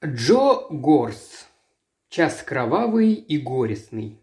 Джо Горс. Час кровавый и горестный.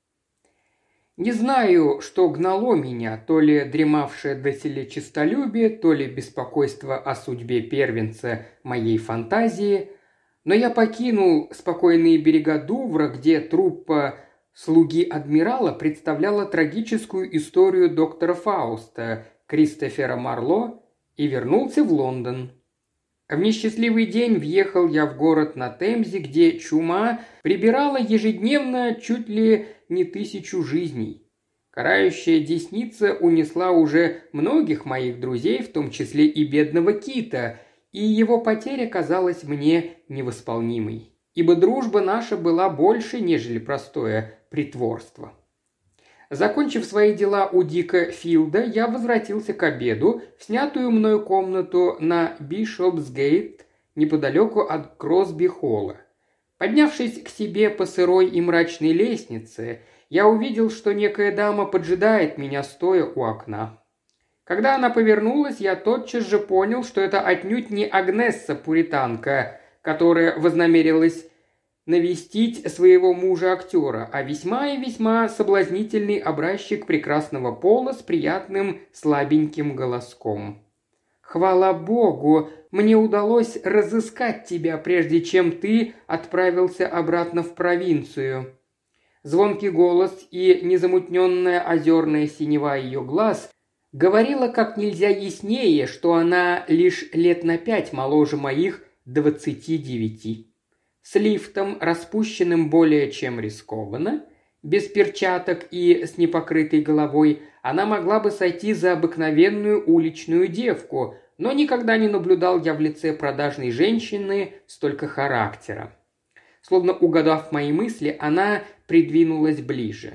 Не знаю, что гнало меня, то ли дремавшее доселе честолюбие, то ли беспокойство о судьбе первенца моей фантазии, но я покинул спокойные берега Дувра, где труппа слуги адмирала представляла трагическую историю доктора Фауста, Кристофера Марло, и вернулся в Лондон. В несчастливый день въехал я в город на Темзе, где чума прибирала ежедневно чуть ли не 1000 жизней. Карающая десница унесла уже многих моих друзей, в том числе и бедного Кита, и его потеря казалась мне невосполнимой, ибо дружба наша была больше, нежели простое притворство. Закончив свои дела у Дика Филда, я возвратился к обеду в снятую мною комнату на Бишопсгейт, неподалеку от Кросби-холла. Поднявшись к себе по сырой и мрачной лестнице, я увидел, что некая дама поджидает меня, стоя у окна. Когда она повернулась, я тотчас же понял, что это отнюдь не Агнесса-пуританка, которая вознамерилась навестить своего мужа-актера, а весьма и весьма соблазнительный образчик прекрасного пола с приятным слабеньким голоском. «Хвала Богу, мне удалось разыскать тебя, прежде чем ты отправился обратно в провинцию». Звонкий голос и незамутненная озерная синева ее глаз говорила как нельзя яснее, что она лишь лет на 5 моложе моих 29. С лифтом, распущенным более чем рискованно, без перчаток и с непокрытой головой, она могла бы сойти за обыкновенную уличную девку, но никогда не наблюдал я в лице продажной женщины столько характера. Словно угадав мои мысли, она придвинулась ближе.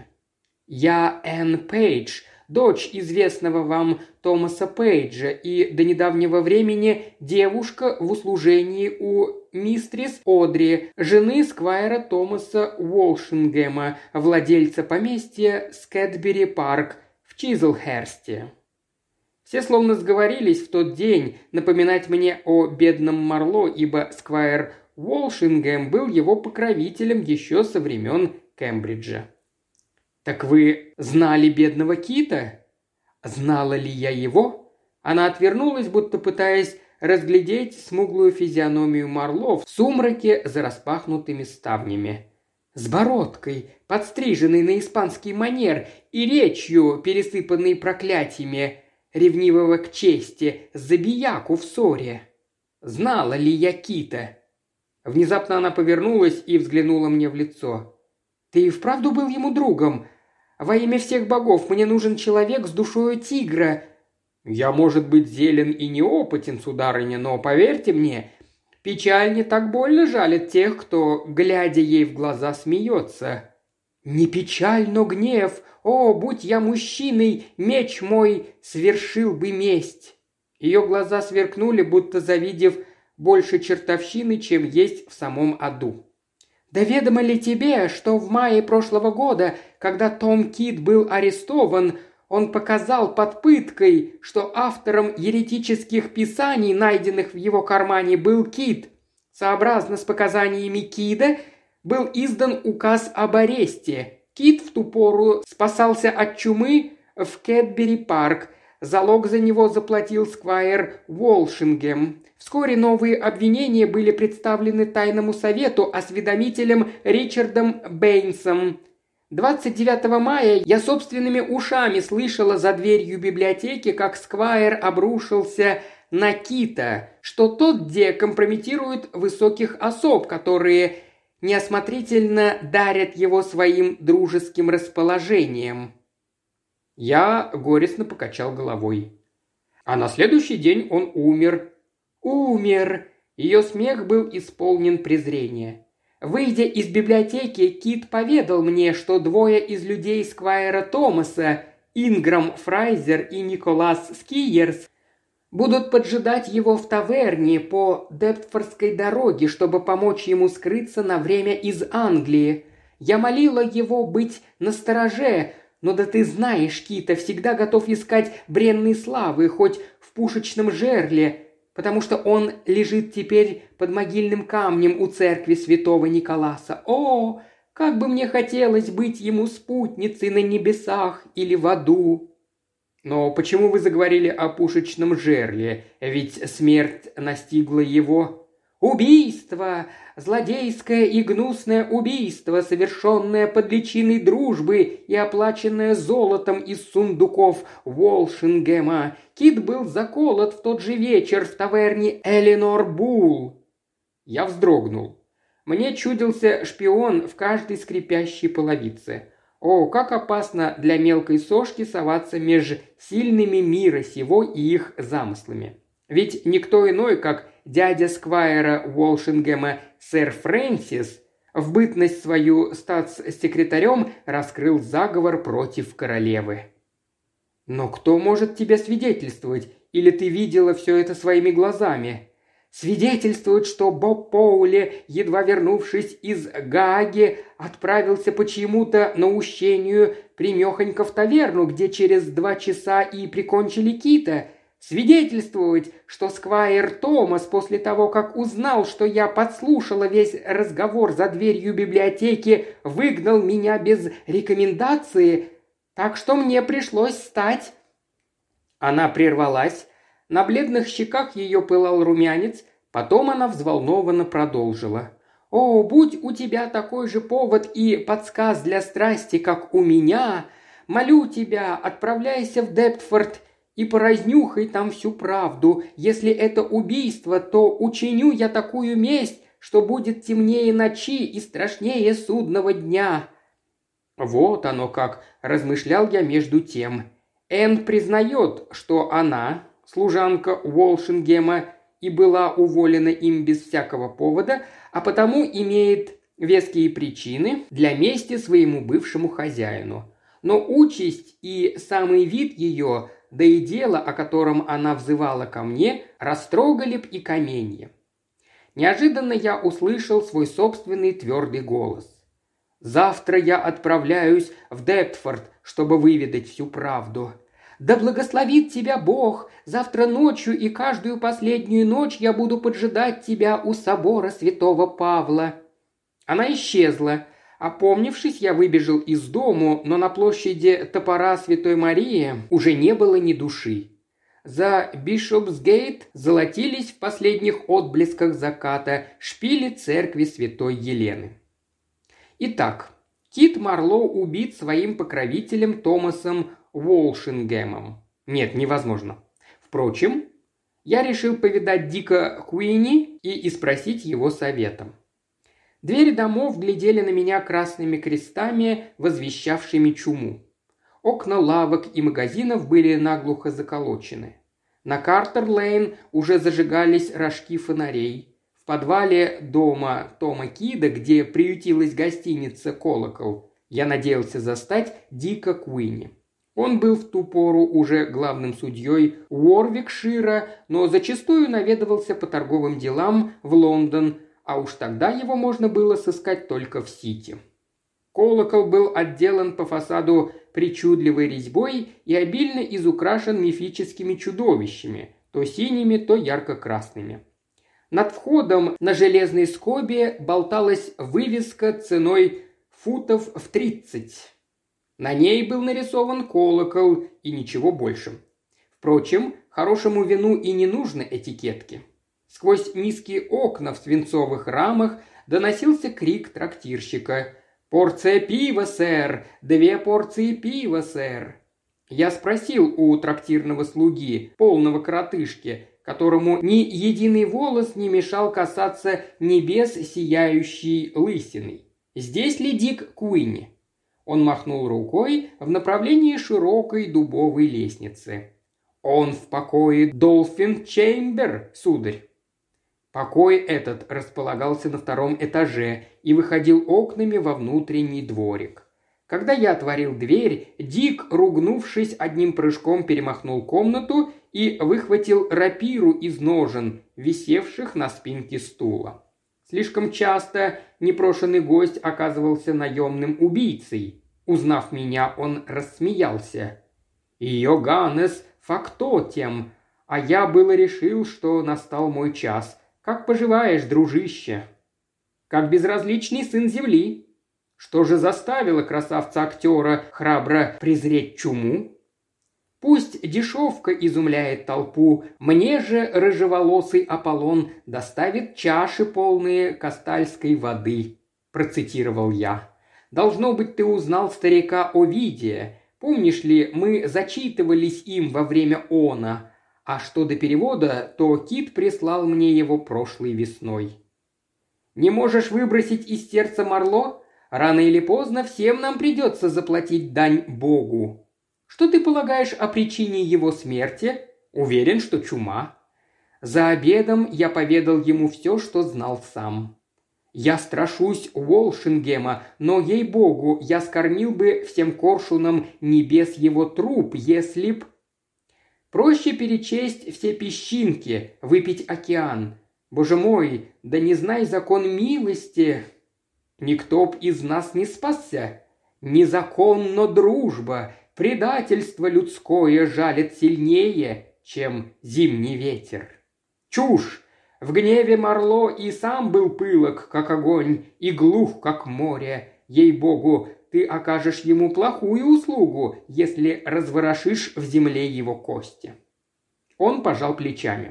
«Я Энн Пейдж, дочь известного вам Томаса Пейджа и до недавнего времени девушка в услужении у мистрис Одри, жены сквайра Томаса Уолшингема, владельца поместья Скэтбери-парк в Чизлхерсте». Все словно сговорились в тот день напоминать мне о бедном Марло, ибо сквайр Уолшингем был его покровителем еще со времен Кембриджа. «Так вы знали бедного Кита?» «Знала ли я его?» Она отвернулась, будто пытаясь разглядеть смуглую физиономию Марло в сумраке за распахнутыми ставнями. С бородкой, подстриженной на испанский манер, и речью, пересыпанной проклятиями, ревнивого к чести, забияку в ссоре. «Знала ли я Кита?» Внезапно она повернулась и взглянула мне в лицо. «Ты и вправду был ему другом? Во имя всех богов, мне нужен человек с душою тигра». «Я, может быть, зелен и неопытен, сударыня, но, поверьте мне, печаль не так больно жалит тех, кто, глядя ей в глаза, смеется». «Не печаль, но гнев. О, будь я мужчиной, меч мой свершил бы месть». Ее глаза сверкнули, будто завидев больше чертовщины, чем есть в самом аду. «Да ведомо ли тебе, что в мае прошлого года, когда Том Кит был арестован, он показал под пыткой, что автором еретических писаний, найденных в его кармане, был Кит. Сообразно с показаниями Кида был издан указ об аресте. Кит в ту пору спасался от чумы в Кэтбери-парк. Залог за него заплатил сквайр Уолшингем. Вскоре новые обвинения были представлены тайному совету осведомителем Ричардом Бэйнсом. 29 мая я собственными ушами слышала за дверью библиотеки, как сквайр обрушился на Кита, что тот компрометирует высоких особ, которые неосмотрительно дарят его своим дружеским расположением. Я горестно покачал головой. А на следующий день он умер. Умер! Ее смех был исполнен презрения. Выйдя из библиотеки, Кит поведал мне, что двое из людей сквайра Томаса, Инграм Фрайзер и Николас Скиерс, будут поджидать его в таверне по Дептфордской дороге, чтобы помочь ему скрыться на время из Англии. Я молила его быть настороже, но да ты знаешь, Кита всегда готов искать бренной славы, хоть в пушечном жерле. потому что он лежит теперь под могильным камнем у церкви святого Николаса. О, как бы мне хотелось быть ему спутницей на небесах или в аду!» «Но почему вы заговорили о пушечном жерле? Ведь смерть настигла его...» «Убийство! Злодейское и гнусное убийство, совершенное под личиной дружбы и оплаченное золотом из сундуков Уолшингема. Кит был заколот в тот же вечер в таверне Эленор Бул». Я вздрогнул. Мне чудился шпион в каждой скрипящей половице. О, как опасно для мелкой сошки соваться меж сильными мира сего и их замыслами. Ведь никто иной, как дядя Сквайра Уолшингема сэр Фрэнсис, в бытность свою статс-секретарем раскрыл заговор против королевы. «Но кто может тебе свидетельствовать? Или ты видела все это своими глазами?» «Свидетельствует, что Боб Поули, едва вернувшись из Гааги, отправился почему-то наущению примехонько в таверну, где через 2 часа и прикончили Кита. Свидетельствовать, что Сквайр Томас после того, как узнал, что я подслушала весь разговор за дверью библиотеки, выгнал меня без рекомендации, так что мне пришлось стать...» Она прервалась. На бледных щеках ее пылал румянец, потом она взволнованно продолжила. «О, будь у тебя такой же повод и подсказ для страсти, как у меня, молю тебя, отправляйся в Дептфорд и поразнюхай там всю правду. Если это убийство, то учиню я такую месть, что будет темнее ночи и страшнее судного дня». Вот оно как, размышлял я между тем. Энн признает, что она, служанка Уолшингема, и была уволена им без всякого повода, а потому имеет веские причины для мести своему бывшему хозяину. Но участь и самый вид ее, да и дело, о котором она взывала ко мне, растрогали б и каменье. Неожиданно я услышал свой собственный твердый голос. «Завтра я отправляюсь в Дептфорд, чтобы выведать всю правду. Да благословит тебя Бог! Завтра ночью и каждую последнюю ночь я буду поджидать тебя у собора святого Павла». Она исчезла. Опомнившись, я выбежал из дому, но на площади Топора Святой Марии уже не было ни души. За Бишопсгейт золотились в последних отблесках заката шпили церкви Святой Елены. Итак, Кит Марло убит своим покровителем Томасом Уолшингемом. Нет, невозможно. Впрочем, я решил повидать Дика Куини и спросить его совета. Двери домов глядели на меня красными крестами, возвещавшими чуму. Окна лавок и магазинов были наглухо заколочены. На Картер-Лейн уже зажигались рожки фонарей. В подвале дома Тома Кида, где приютилась гостиница «Колокол», я надеялся застать Дика Куини. Он был в ту пору уже главным судьей Уорвикшира, но зачастую наведывался по торговым делам в Лондон, а уж тогда его можно было сыскать только в Сити. Колокол был отделан по фасаду причудливой резьбой и обильно изукрашен мифическими чудовищами, то синими, то ярко-красными. Над входом на железной скобе болталась вывеска ценой футов в 30. На ней был нарисован колокол и ничего больше. Впрочем, хорошему вину и не нужны этикетки. Сквозь низкие окна в свинцовых рамах доносился крик трактирщика: «Порция пива, сэр! 2 порции пива, сэр!» Я спросил у трактирного слуги, полного коротышки, которому ни единый волос не мешал касаться небес сияющей лысиной: «Здесь ли Дик Куини?» Он махнул рукой в направлении широкой дубовой лестницы. «Он в покое Долфин Чеймбер, сударь». Покой этот располагался на 2 этаже и выходил окнами во внутренний дворик. Когда я отворил дверь, Дик, ругнувшись, одним прыжком перемахнул комнату и выхватил рапиру из ножен, висевших на спинке стула. Слишком часто непрошенный гость оказывался наемным убийцей. Узнав меня, он рассмеялся. «Йоганнес фактотем, А я было решил, что настал мой час. Как поживаешь, дружище? Как безразличный сын земли. Что же заставило красавца-актера храбро презреть чуму? Пусть дешевка изумляет толпу, мне же рыжеволосый Аполлон доставит чаши, полные кастальской воды, процитировал я. Должно быть, ты узнал старика Овидия. Помнишь ли, мы зачитывались им во время она. А что до перевода, то Кит прислал мне его прошлой весной. Не можешь выбросить из сердца Марло? Рано или поздно всем нам придется заплатить дань Богу. Что ты полагаешь о причине его смерти? Уверен, что чума. За обедом я поведал ему все, что знал сам. Я страшусь Уолшингема, но, ей-богу, я скормил бы всем коршунам небес его труп, если б... Проще перечесть все песчинки, выпить океан. Боже мой, да не знай закон милости. Никто б из нас не спасся. Не закон, но дружба. Предательство людское жалит сильнее, чем зимний ветер. Чушь! В гневе Марло и сам был пылок, как огонь, и глух, как море. Ей-богу, ты окажешь ему плохую услугу, если разворошишь в земле его кости. Он пожал плечами.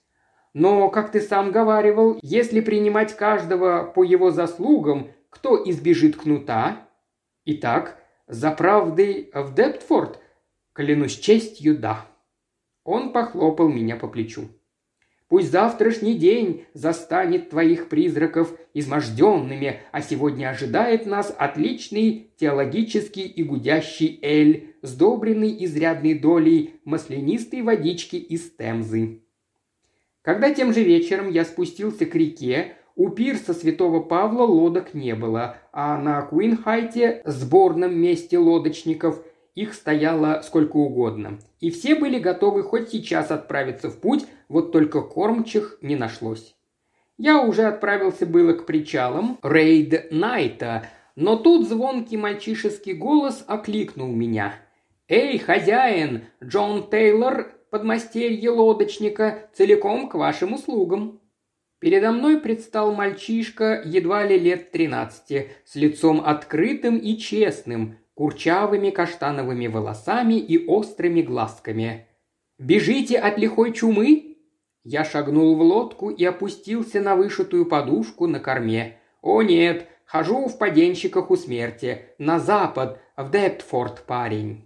Но, как ты сам говаривал, если принимать каждого по его заслугам, кто избежит кнута? Итак, за правдой в Дептфорд? Клянусь честью, да. Он похлопал меня по плечу. Пусть завтрашний день застанет твоих призраков изможденными, а сегодня ожидает нас отличный теологический и гудящий эль, сдобренный изрядной долей маслянистой водички из Темзы. Когда тем же вечером я спустился к реке, у пирса Святого Павла лодок не было, а на Куинхайте, сборном месте лодочников, их стояло сколько угодно. И все были готовы хоть сейчас отправиться в путь, вот только кормчих не нашлось. Я уже отправился было к причалам Рейд Найта, но тут звонкий мальчишеский голос окликнул меня. «Эй, хозяин, Джон Тейлор, подмастерье лодочника, целиком к вашим услугам». Передо мной предстал мальчишка едва ли лет 13, с лицом открытым и честным, курчавыми каштановыми волосами и острыми глазками. «Бежите от лихой чумы?» Я шагнул в лодку и опустился на вышитую подушку на корме. «О нет, хожу в поденщиках у смерти, на запад, в Дептфорд, парень».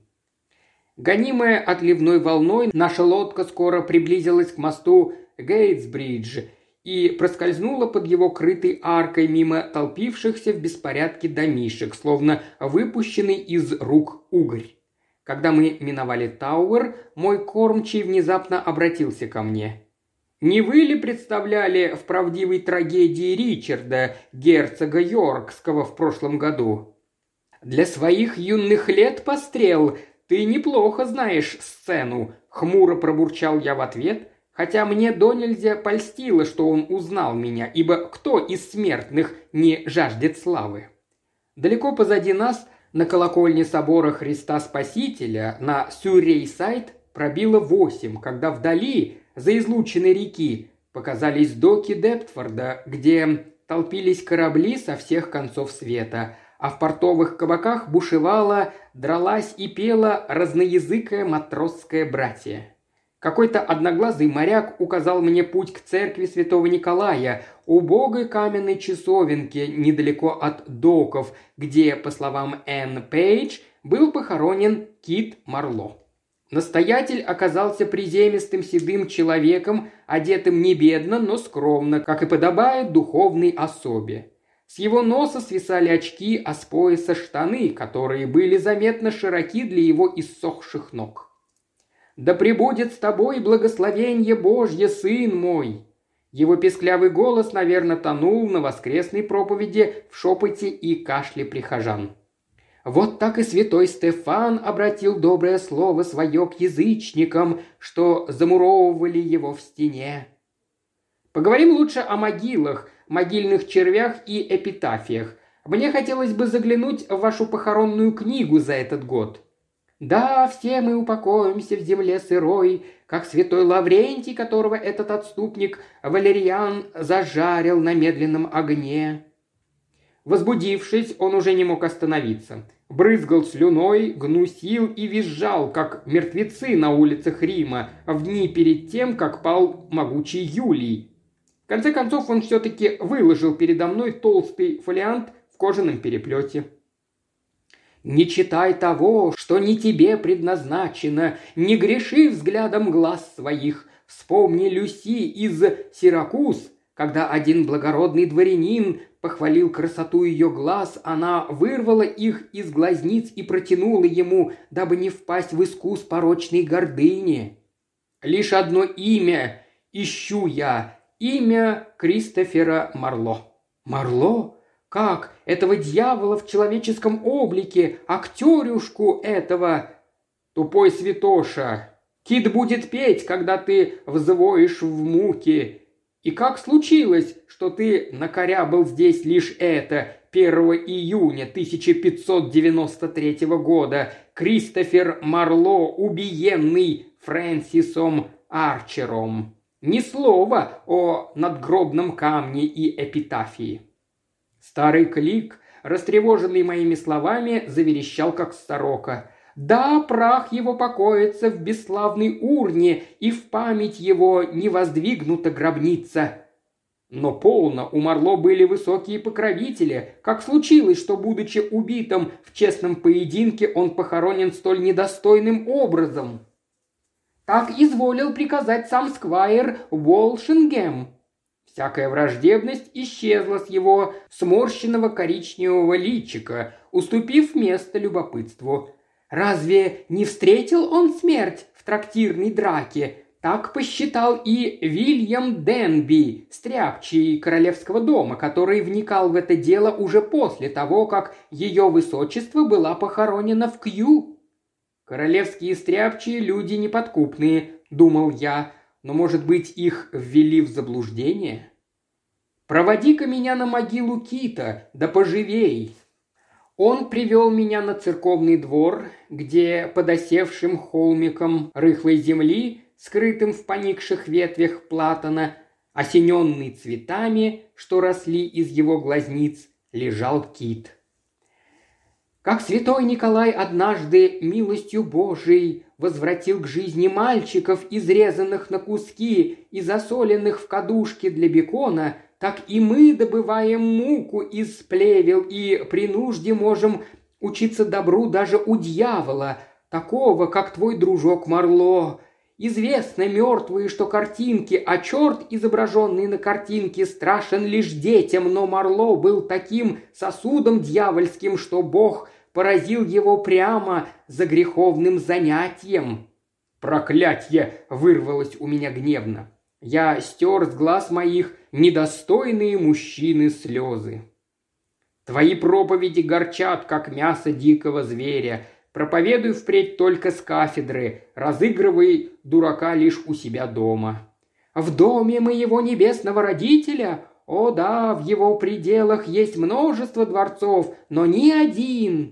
Гонимая отливной волной, наша лодка скоро приблизилась к мосту Гейтсбридж и проскользнула под его крытой аркой мимо толпившихся в беспорядке домишек, словно выпущенный из рук угорь. Когда мы миновали Тауэр, мой кормчий внезапно обратился ко мне. «Не вы ли представляли в правдивой трагедии Ричарда, герцога Йоркского, в прошлом году?» «Для своих юных лет пострел ты неплохо знаешь сцену», — хмуро пробурчал я в ответ, хотя мне донельзя польстило, что он узнал меня, ибо кто из смертных не жаждет славы? Далеко позади нас, на колокольне собора Христа Спасителя, на Сюррей-Сайд, пробило 8, когда вдали, за излученной реки, показались доки Дептфорда, где толпились корабли со всех концов света, а в портовых кабаках бушевала, дралась и пела разноязыкое матросское братье. Какой-то одноглазый моряк указал мне путь к церкви святого Николая, убогой каменной часовенке недалеко от доков, где, по словам Энн Пейдж, был похоронен Кит Марло. Настоятель оказался приземистым седым человеком, одетым не бедно, но скромно, как и подобает духовной особе. С его носа свисали очки, а с пояса штаны, которые были заметно широки для его иссохших ног. «Да пребудет с тобой благословенье Божье, сын мой!» Его песклявый голос, наверное, тонул на воскресной проповеди в шепоте и кашле прихожан. Вот так и святой Стефан обратил доброе слово свое к язычникам, что замуровывали его в стене. Поговорим лучше о могилах, могильных червях и эпитафиях. Мне хотелось бы заглянуть в вашу похоронную книгу за этот год. «Да, все мы упокоимся в земле сырой, как святой Лаврентий, которого этот отступник Валериан зажарил на медленном огне. Возбудившись, он уже не мог остановиться. Брызгал слюной, гнусил и визжал, как мертвецы на улицах Рима в дни перед тем, как пал могучий Юлий. В конце концов, он все-таки выложил передо мной толстый фолиант в кожаном переплете. «Не читай того, что не тебе предназначено, не греши взглядом глаз своих. Вспомни Люси из Сиракуз, когда один благородный дворянин похвалил красоту ее глаз, она вырвала их из глазниц и протянула ему, дабы не впасть в искус порочной гордыни. Лишь одно имя ищу я, имя Кристофера Марло». «Марло? Как? Этого дьявола в человеческом облике, актерюшку этого?» «Тупой святоша! Кит будет петь, когда ты взвоишь в муки. И как случилось, что ты накорябал здесь лишь это 1 июня 1593 года? Кристофер Марло, убиенный Фрэнсисом Арчером. Ни слова о надгробном камне и эпитафии». Старый Клик, растревоженный моими словами, заверещал, как сорока. «Да, прах его покоится в бесславной урне, и в память его не воздвигнута гробница». Но полно, у Марло были высокие покровители. Как случилось, что, будучи убитым в честном поединке, он похоронен столь недостойным образом? Так изволил приказать сам сквайр Уолшингем. Всякая враждебность исчезла с его сморщенного коричневого личика, уступив место любопытству. Разве не встретил он смерть в трактирной драке? Так посчитал и Вильям Денби, стряпчий королевского дома, который вникал в это дело уже после того, как ее высочество была похоронена в Кью. «Королевские стряпчие – люди неподкупные», – думал я, – но, может быть, их ввели в заблуждение? «Проводи-ка меня на могилу Кита, да поживей». Он привел меня на церковный двор, где под осевшим холмиком рыхлой земли, скрытым в поникших ветвях платана, осененный цветами, что росли из его глазниц, лежал Кит. Как святой Николай однажды милостью Божией возвратил к жизни мальчиков, изрезанных на куски и засоленных в кадушке для бекона, так и мы добываем муку из плевел и при нужде можем учиться добру даже у дьявола, такого, как твой дружок Марло. Известно мертвые, что картинки, а черт, изображенный на картинке, страшен лишь детям, но Марло был таким сосудом дьявольским, что Бог поразил его прямо за греховным занятием. «Проклятье!» – вырвалось у меня гневно. Я стер с глаз моих недостойные мужчины слезы. «Твои проповеди горчат, как мясо дикого зверя. Проповедуй впредь только с кафедры, разыгрывай дурака лишь у себя дома». «В доме моего небесного родителя? О да, в его пределах есть множество дворцов, но ни один».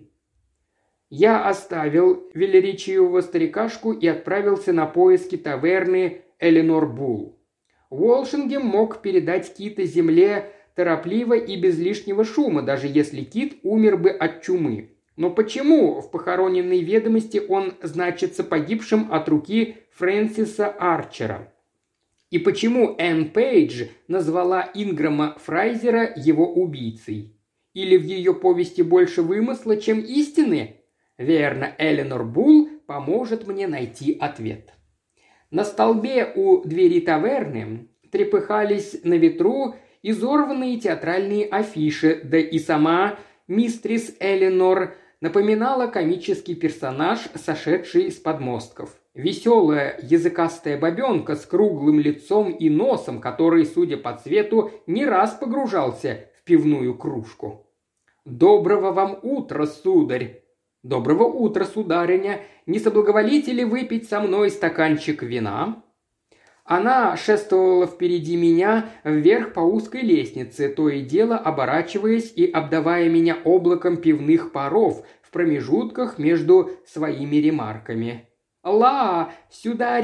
Я оставил велеречивого старикашку и отправился на поиски таверны Эленор Булл. Уолшингем мог передать Кита земле торопливо и без лишнего шума, даже если Кит умер бы от чумы. Но почему в похороненной ведомости он значится погибшим от руки Фрэнсиса Арчера? И почему Энн Пейдж назвала Инграма Фрайзера его убийцей? Или в ее повести больше вымысла, чем истины? Верно, Эленор Булл поможет мне найти ответ. На столбе у двери таверны трепыхались на ветру изорванные театральные афиши, да и сама мистрис Эленор напоминала комический персонаж, сошедший с подмостков. Веселая языкастая бабенка с круглым лицом и носом, который, судя по цвету, не раз погружался в пивную кружку. «Доброго вам утра, сударь!» «Доброго утра, сударыня! Не соблаговолите ли выпить со мной стаканчик вина?» Она шествовала впереди меня вверх по узкой лестнице, то и дело оборачиваясь и обдавая меня облаком пивных паров в промежутках между своими ремарками. Ла, сюда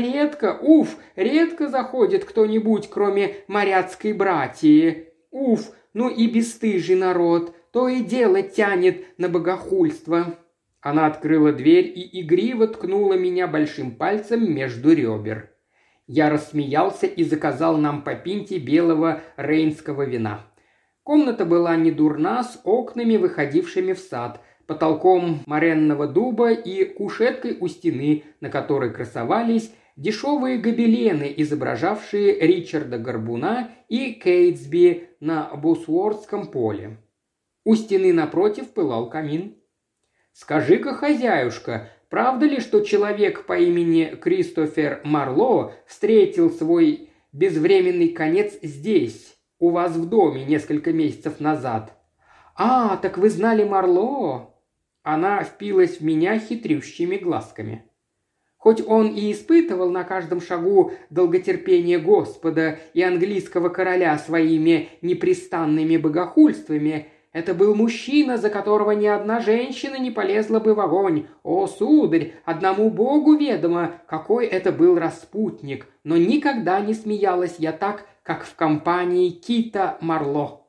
редко заходит кто-нибудь, кроме моряцкой братьи. Уф, ну и бесстыжий народ, то и дело тянет на богохульство». Она открыла дверь и игриво ткнула меня большим пальцем между ребер. Я рассмеялся и заказал нам по пинте белого рейнского вина. Комната была не дурна, с окнами, выходившими в сад, потолком моренного дуба и кушеткой у стены, на которой красовались дешевые гобелены, изображавшие Ричарда Горбуна и Кейтсби на Босуортском поле. У стены напротив пылал камин. «Скажи-ка, хозяюшка, правда ли, что человек по имени Кристофер Марло встретил свой безвременный конец здесь, у вас в доме, несколько месяцев назад?» «А, так вы знали Марло?» Она впилась в меня хитрющими глазками. Хоть он и испытывал на каждом шагу долготерпение Господа и английского короля своими непрестанными богохульствами, это был мужчина, за которого ни одна женщина не полезла бы в огонь. О, сударь, одному Богу ведомо, какой это был распутник, но никогда не смеялась я так, как в компании Кита Марло.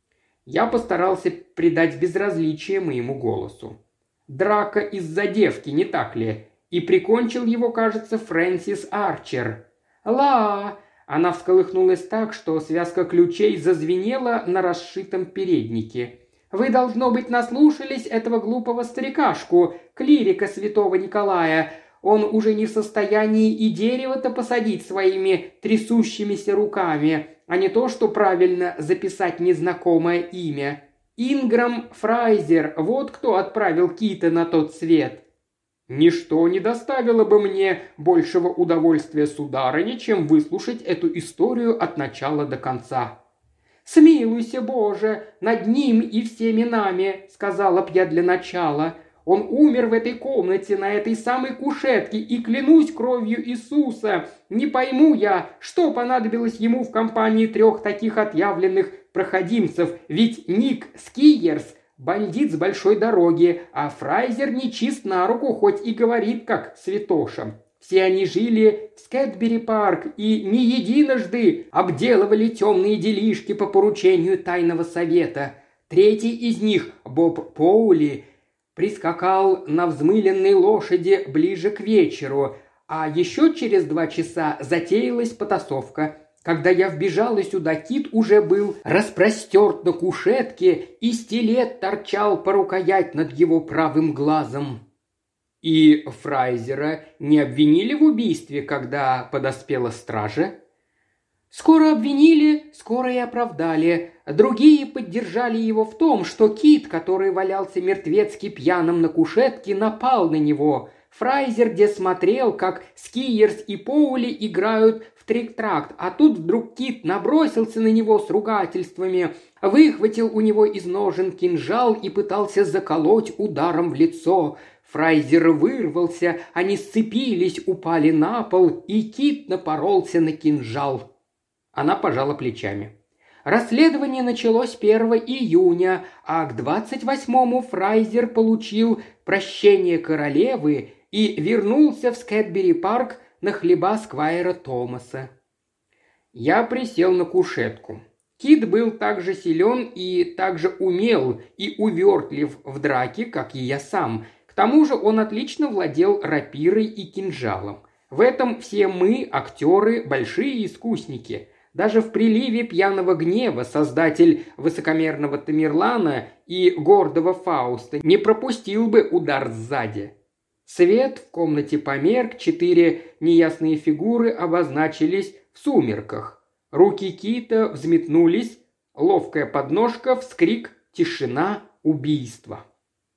Я постарался придать безразличие моему голосу. Драка из-за девки, не так ли? И прикончил его, кажется, Фрэнсис Арчер. «Ла!» Она всколыхнулась так, что связка ключей зазвенела на расшитом переднике. «Вы, должно быть, наслушались этого глупого старикашку, клирика святого Николая. Он уже не в состоянии и дерево-то посадить своими трясущимися руками, а не то, что правильно записать незнакомое имя. Инграм Фрайзер, вот кто отправил Кита на тот свет». «Ничто не доставило бы мне большего удовольствия, сударыня, чем выслушать эту историю от начала до конца». «Смилуйся, Боже, над ним и всеми нами», — сказала б я для начала. «Он умер в этой комнате, на этой самой кушетке, и клянусь кровью Иисуса, не пойму я, что понадобилось ему в компании 3 таких отъявленных проходимцев, ведь Ник Скиерс — бандит с большой дороги, а Фрайзер нечист на руку, хоть и говорит как святоша. Все они жили в Скэтбери-парк и не единожды обделывали темные делишки по поручению тайного совета. 3-й из них, Боб Поули, прискакал на взмыленной лошади ближе к вечеру, а еще через 2 часа затеялась потасовка. Когда я вбежала сюда, Кит уже был распростерт на кушетке, и стилет торчал по рукоять над его правым глазом». «И Фрайзера не обвинили в убийстве, когда подоспела стража?» «Скоро обвинили, скоро и оправдали. Другие поддержали его в том, что Кит, который валялся мертвецки пьяным на кушетке, напал на него. Фрайзер где смотрел, как Скиерс и Поули играют в трик-тракт, а тут вдруг Кит набросился на него с ругательствами, выхватил у него из ножен кинжал и пытался заколоть ударом в лицо. Фрайзер вырвался, они сцепились, упали на пол, и Кит напоролся на кинжал». Она пожала плечами. «Расследование началось 1 июня, а к 28-му Фрайзер получил прощение королевы и вернулся в Скэтбери-парк на хлеба сквайра Томаса». Я присел на кушетку. Кит был так же силен и так же умел и увертлив в драке, как и я сам. К тому же он отлично владел рапирой и кинжалом. В этом все мы, актеры, большие искусники. Даже в приливе пьяного гнева создатель высокомерного Тамерлана и гордого Фауста не пропустил бы удар сзади. Свет в комнате померк, 4 неясные фигуры обозначились в сумерках. Руки Кита взметнулись, ловкая подножка, вскрик, тишина, убийство.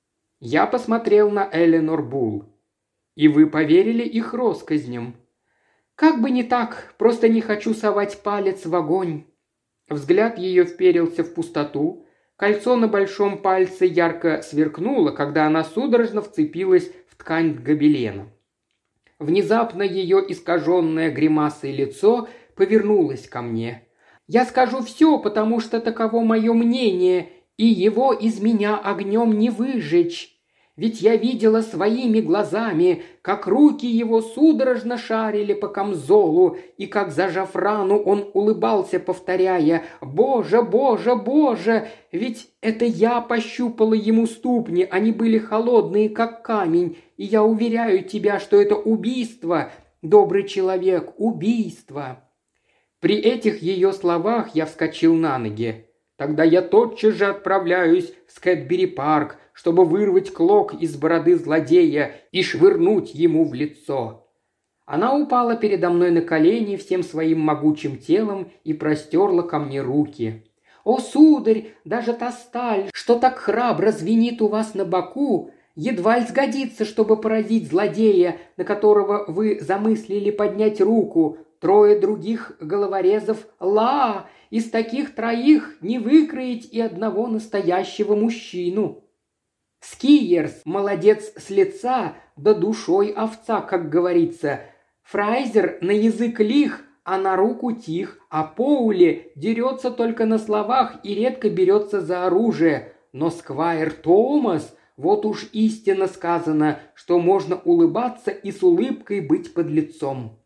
Я посмотрел на Эленор Булл. «И вы поверили их россказням?» «Как бы не так, просто не хочу совать палец в огонь». Взгляд ее вперился в пустоту. Кольцо на большом пальце ярко сверкнуло, когда она судорожно вцепилась в ткань гобелена. Внезапно ее искаженное гримасой лицо повернулось ко мне. «Я скажу все, потому что таково мое мнение, и его из меня огнем не выжечь. Ведь я видела своими глазами, как руки его судорожно шарили по камзолу, и как, зажав рану, он улыбался, повторяя: «Боже, Боже, Боже! Ведь это я пощупала ему ступни, они были холодные, как камень, и я уверяю тебя, что это убийство, добрый человек, убийство!» При этих ее словах я вскочил на ноги. Тогда я тотчас же отправляюсь в Скэтбери-парк, чтобы вырвать клок из бороды злодея и швырнуть ему в лицо. Она упала передо мной на колени всем своим могучим телом и простерла ко мне руки. «О, сударь, даже та сталь, что так храбро звенит у вас на боку, едва ли сгодится, чтобы поразить злодея, на которого вы замыслили поднять руку. Трое других головорезов ла, из таких троих не выкроить и одного настоящего мужчину. Скиерс – молодец с лица, да душой овца, как говорится. Фрайзер на язык лих, а на руку тих, а Поули дерется только на словах и редко берется за оружие. Но Сквайр Томас, вот уж истинно сказано, что можно улыбаться и с улыбкой быть подлецом.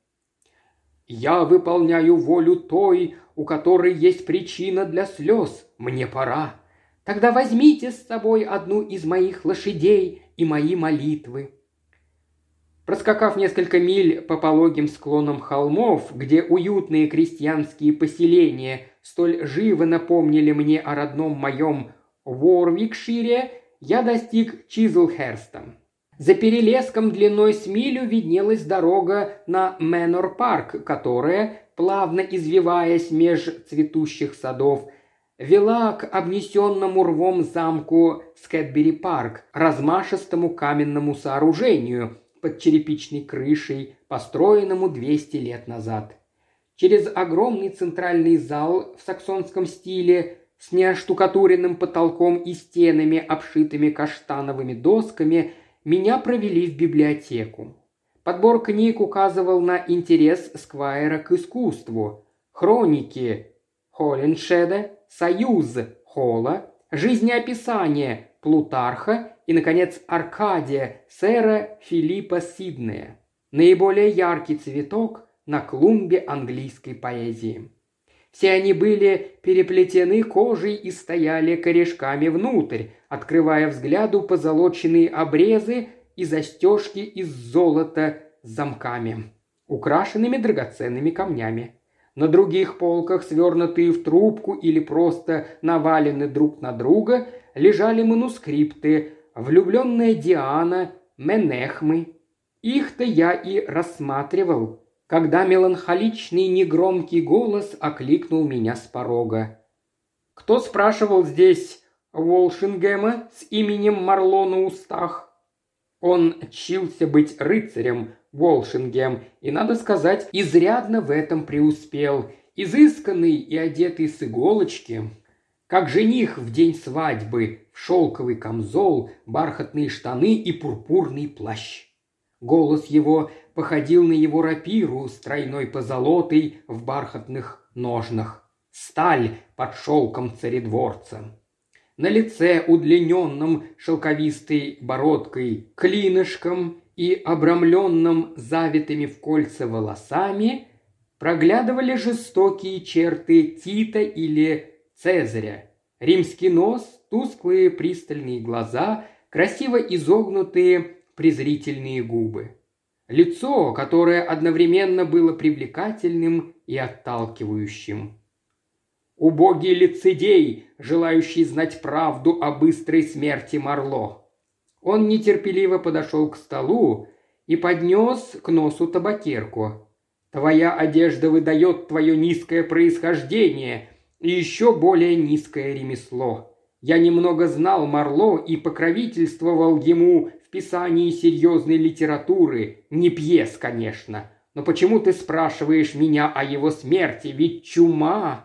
«Я выполняю волю той, у которой есть причина для слез. Мне пора. Тогда возьмите с собой одну из моих лошадей и мои молитвы». Проскакав несколько миль по пологим склонам холмов, где уютные крестьянские поселения столь живо напомнили мне о родном моем Уорвикшире, я достиг Чизлхерста. За перелеском длиной с милю виднелась дорога на Мэнор-парк, которая, плавно извиваясь меж цветущих садов, вела к обнесенному рвом замку Скэтбери-парк, размашистому каменному сооружению под черепичной крышей, построенному 200 лет назад. Через огромный центральный зал в саксонском стиле с неоштукатуренным потолком и стенами, обшитыми каштановыми досками, меня провели в библиотеку. Подбор книг указывал на интерес Сквайра к искусству. Хроники Холлиншеда, Союз Холла, жизнеописание Плутарха и, наконец, Аркадия сэра Филиппа Сиднея. Наиболее яркий цветок на клумбе английской поэзии. Все они были переплетены кожей и стояли корешками внутрь, открывая взгляду позолоченные обрезы и застежки из золота с замками, украшенными драгоценными камнями. На других полках, свернутые в трубку или просто навалены друг на друга, лежали манускрипты «Влюбленная Диана», «Менехмы». Их-то я и рассматривал, когда меланхоличный негромкий голос окликнул меня с порога. «Кто спрашивал здесь Волшингема с именем Марло на устах?» Он чился быть рыцарем, Волшингем, и, надо сказать, изрядно в этом преуспел, изысканный и одетый с иголочки, как жених в день свадьбы, в шелковый камзол, бархатные штаны и пурпурный плащ. Голос его походил на его рапиру с тройной позолотой в бархатных ножнах. Сталь под шелком царедворца. На лице, удлиненном шелковистой бородкой, клинышком и обрамленном завитыми в кольца волосами, проглядывали жестокие черты Тита или Цезаря. Римский нос, тусклые пристальные глаза, красиво изогнутые презрительные губы. Лицо, которое одновременно было привлекательным и отталкивающим. Убогий лицедей, желающий знать правду о быстрой смерти Марло. Он нетерпеливо подошел к столу и поднес к носу табакерку. «Твоя одежда выдает твое низкое происхождение и еще более низкое ремесло. Я немного знал Марло и покровительствовал ему в писании серьезной литературы, не пьес, конечно. Но почему ты спрашиваешь меня о его смерти? Ведь чума...»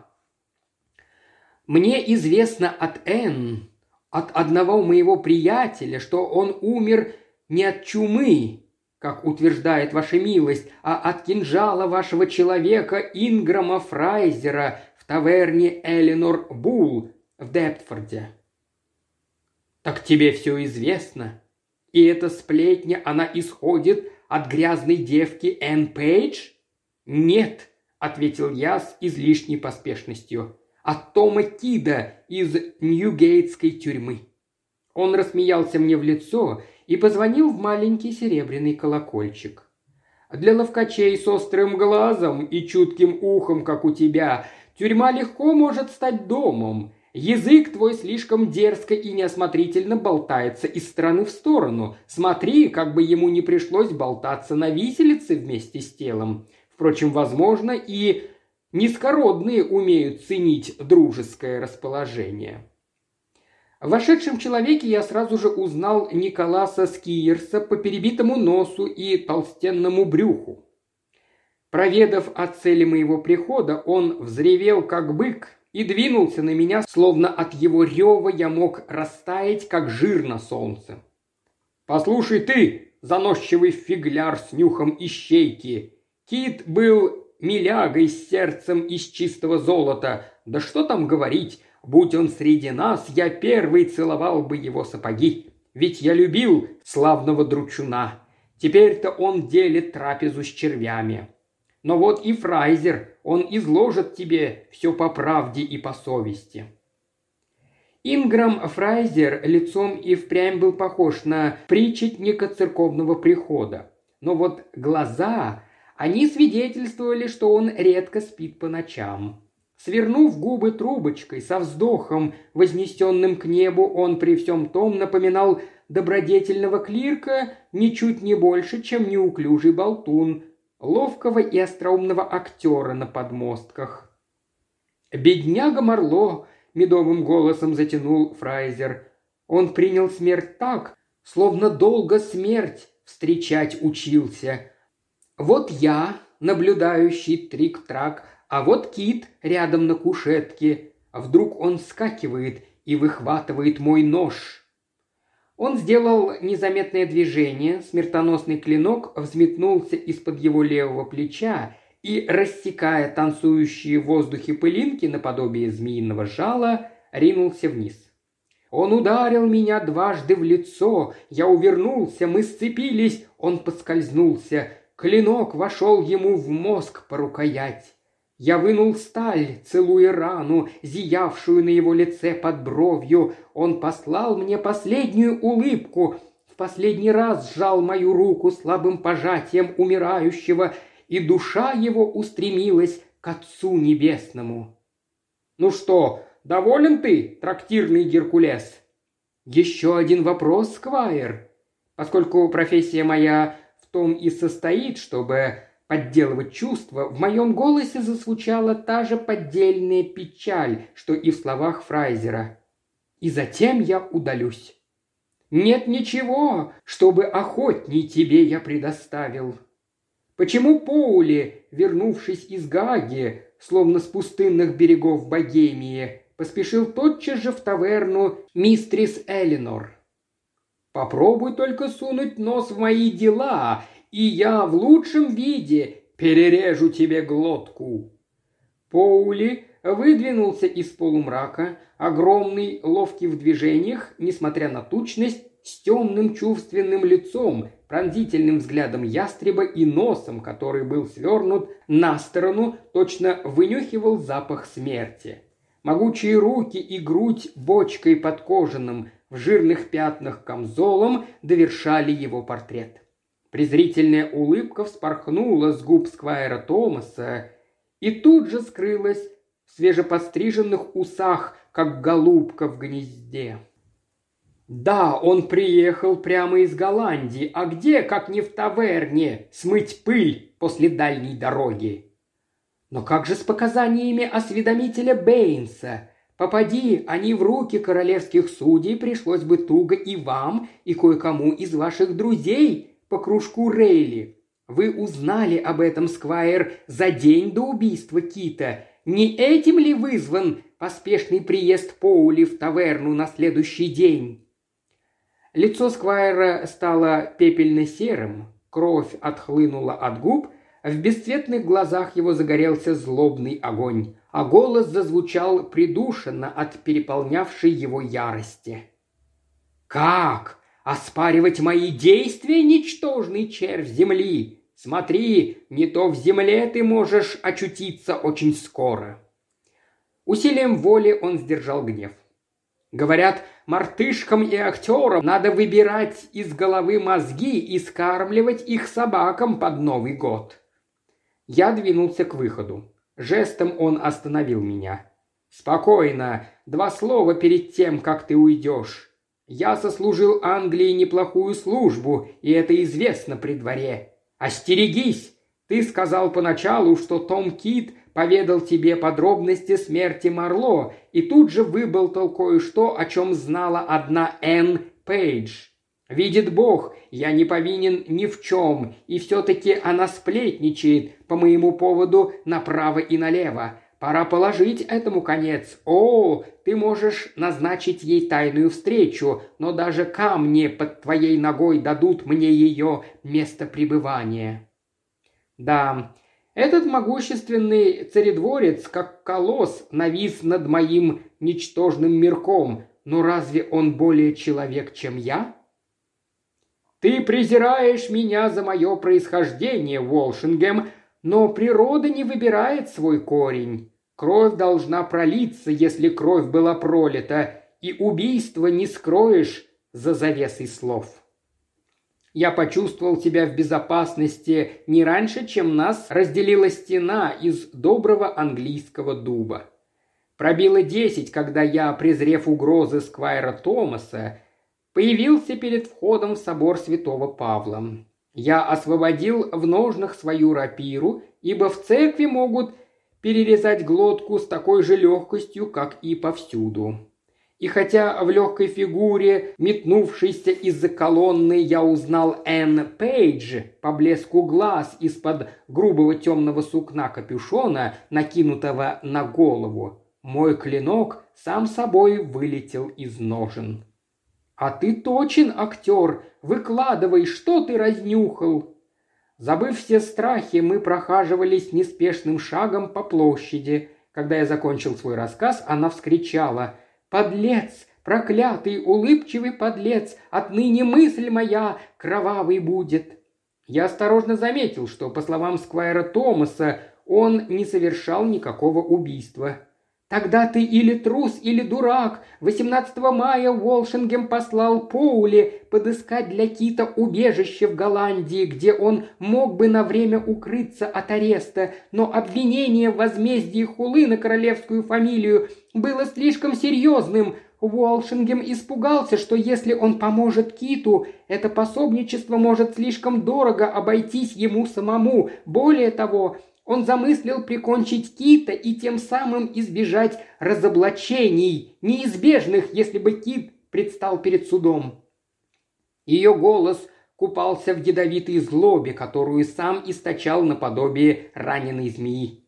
«Мне известно от Н, от одного моего приятеля, что он умер не от чумы, как утверждает ваша милость, а от кинжала вашего человека Инграма Фрайзера в таверне Эленор Булл в Дептфорде». «Так тебе все известно?» И эта сплетня, она исходит от грязной девки Энн Пейдж? Нет, ответил я с излишней поспешностью. От Тома Кида из Ньюгейтской тюрьмы. Он рассмеялся мне в лицо и позвонил в маленький серебряный колокольчик. Для ловкачей с острым глазом и чутким ухом, как у тебя, тюрьма легко может стать домом. Язык твой слишком дерзко и неосмотрительно болтается из стороны в сторону. Смотри, как бы ему не пришлось болтаться на виселице вместе с телом. Впрочем, возможно, и низкородные умеют ценить дружеское расположение. В вошедшем человеке я сразу же узнал Николаса Скиерса по перебитому носу и толстенному брюху. Проведав о цели моего прихода, он взревел, как бык, и двинулся на меня, словно от его рева я мог растаять, как жир на солнце. «Послушай ты, заносчивый фигляр с нюхом ищейки! Кит был милягой с сердцем из чистого золота. Да что там говорить, будь он среди нас, я первый целовал бы его сапоги. Ведь я любил славного дручуна. Теперь-то он делит трапезу с червями. Но вот и Фрайзер, он изложит тебе все по правде и по совести». Инграм Фрайзер лицом и впрямь был похож на причетника церковного прихода. Но вот глаза, они свидетельствовали, что он редко спит по ночам. Свернув губы трубочкой, со вздохом, вознесенным к небу, он при всем том напоминал добродетельного клирка ничуть не больше, чем неуклюжий болтун, ловкого и остроумного актера на подмостках. «Бедняга Марло!» – медовым голосом затянул Фрайзер. «Он принял смерть так, словно долго смерть встречать учился. Вот я, наблюдающий трик-трак, а вот Кит рядом на кушетке. А вдруг он вскакивает и выхватывает мой нож». Он сделал незаметное движение, смертоносный клинок взметнулся из-под его левого плеча и, рассекая танцующие в воздухе пылинки наподобие змеиного жала, ринулся вниз. Он ударил меня дважды в лицо, я увернулся, мы сцепились, он поскользнулся, клинок вошел ему в мозг по рукоять. Я вынул сталь, целуя рану, зиявшую на его лице под бровью. Он послал мне последнюю улыбку, в последний раз сжал мою руку слабым пожатием умирающего, и душа его устремилась к Отцу Небесному. «Ну что, доволен ты, трактирный Геркулес?» «Еще один вопрос, Сквайр. Поскольку профессия моя в том и состоит, чтобы подделывать чувства, в моем голосе зазвучала та же поддельная печаль, что и в словах Фрайзера. И затем я удалюсь. Нет ничего, чтобы охотней тебе я предоставил. Почему Поули, вернувшись из Гааги, словно с пустынных берегов Богемии, поспешил тотчас же в таверну мистрис Элинор? Попробуй только сунуть нос в мои дела, и я в лучшем виде перережу тебе глотку». Поули выдвинулся из полумрака, огромный, ловкий в движениях, несмотря на тучность, с темным чувственным лицом, пронзительным взглядом ястреба и носом, который был свернут на сторону, точно вынюхивал запах смерти. Могучие руки и грудь бочкой под кожаным, в жирных пятнах камзолом довершали его портрет. Презрительная улыбка вспорхнула с губ Сквайра Томаса и тут же скрылась в свежепостриженных усах, как голубка в гнезде. Да, он приехал прямо из Голландии, а где, как не в таверне, смыть пыль после дальней дороги? Но как же с показаниями осведомителя Бэйнса? Попади они в руки королевских судей, пришлось бы туго и вам, и кое-кому из ваших друзей по кружку Рейли. Вы узнали об этом, Сквайр, за день до убийства Кита. Не этим ли вызван поспешный приезд Поули в таверну на следующий день?» Лицо Сквайра стало пепельно-серым, кровь отхлынула от губ, в бесцветных глазах его загорелся злобный огонь, а голос зазвучал придушенно от переполнявшей его ярости. «Как? Оспаривать мои действия, ничтожный червь земли? Смотри, не то в земле ты можешь очутиться очень скоро». Усилием воли он сдержал гнев. Говорят, мартышкам и актерам надо выбирать из головы мозги и скармливать их собакам под Новый год. Я двинулся к выходу. Жестом он остановил меня. «Спокойно, 2 слова перед тем, как ты уйдешь. Я сослужил Англии неплохую службу, и это известно при дворе. Остерегись! Ты сказал поначалу, что Том Кит поведал тебе подробности смерти Марло, и тут же выболтал кое-что, о чем знала одна Энн Пейдж. Видит Бог, я не повинен ни в чем, и все-таки она сплетничает по моему поводу направо и налево. Пора положить этому конец. О, ты можешь назначить ей тайную встречу, но даже камни под твоей ногой дадут мне ее место пребывания». Да, этот могущественный царедворец, как колосс, навис над моим ничтожным мирком, но разве он более человек, чем я? «Ты презираешь меня за мое происхождение, Уолшингем, но природа не выбирает свой корень. Кровь должна пролиться, если кровь была пролита, и убийство не скроешь за завесой слов». Я почувствовал себя в безопасности не раньше, чем нас разделила стена из доброго английского дуба. Пробило 10, когда я, презрев угрозы сквайра Томаса, появился перед входом в собор святого Павла. Я освободил в ножнах свою рапиру, ибо в церкви могут перерезать глотку с такой же легкостью, как и повсюду. И хотя в легкой фигуре, метнувшейся из-за колонны, я узнал Энн Пейдж по блеску глаз из-под грубого темного сукна капюшона, накинутого на голову, мой клинок сам собой вылетел из ножен. «А ты точен, актер! Выкладывай, что ты разнюхал!» Забыв все страхи, мы прохаживались неспешным шагом по площади. Когда я закончил свой рассказ, она вскричала: «Подлец! Проклятый, улыбчивый подлец! Отныне мысль моя кровавой будет!» Я осторожно заметил, что, по словам сквайра Томаса, он не совершал никакого убийства. «Тогда ты или трус, или дурак. 18 мая Уолшингем послал Поули подыскать для Кита убежище в Голландии, где он мог бы на время укрыться от ареста, но обвинение в возмездии хулы на королевскую фамилию было слишком серьезным. Уолшингем испугался, что если он поможет Киту, это пособничество может слишком дорого обойтись ему самому. Более того, он замыслил прикончить Кита и тем самым избежать разоблачений, неизбежных, если бы Кит предстал перед судом». Ее голос купался в ядовитой злобе, которую сам источал наподобие раненой змеи.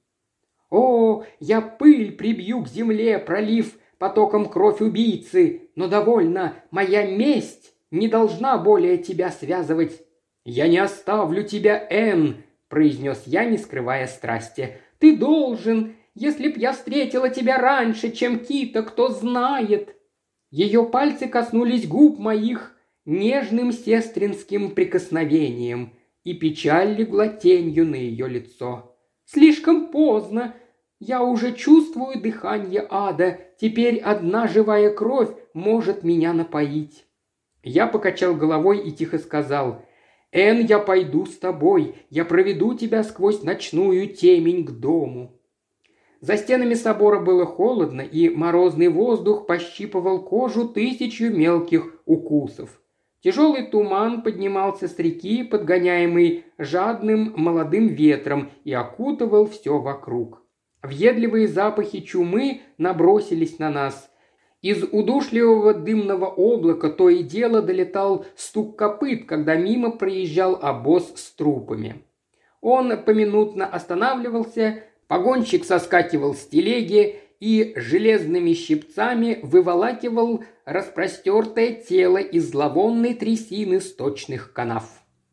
«О, я пыль прибью к земле, пролив потоком кровь убийцы, но довольно, моя месть не должна более тебя связывать. Я не оставлю тебя, Энн», — произнес я, не скрывая страсти. «Ты должен, если б я встретила тебя раньше, чем Кита, кто знает». Ее пальцы коснулись губ моих нежным сестринским прикосновением, и печаль легла тенью на ее лицо. «Слишком поздно. Я уже чувствую дыхание ада. Теперь одна живая кровь может меня напоить». Я покачал головой и тихо сказал: «Энн, я пойду с тобой. Я проведу тебя сквозь ночную темень к дому». За стенами собора было холодно, и морозный воздух пощипывал кожу 1000 мелких укусов. Тяжелый туман поднимался с реки, подгоняемый жадным молодым ветром, и окутывал все вокруг. Въедливые запахи чумы набросились на нас. Из удушливого дымного облака то и дело долетал стук копыт, когда мимо проезжал обоз с трупами. Он поминутно останавливался, погонщик соскакивал с телеги и железными щипцами выволакивал распростертое тело из зловонной трясины сточных канав.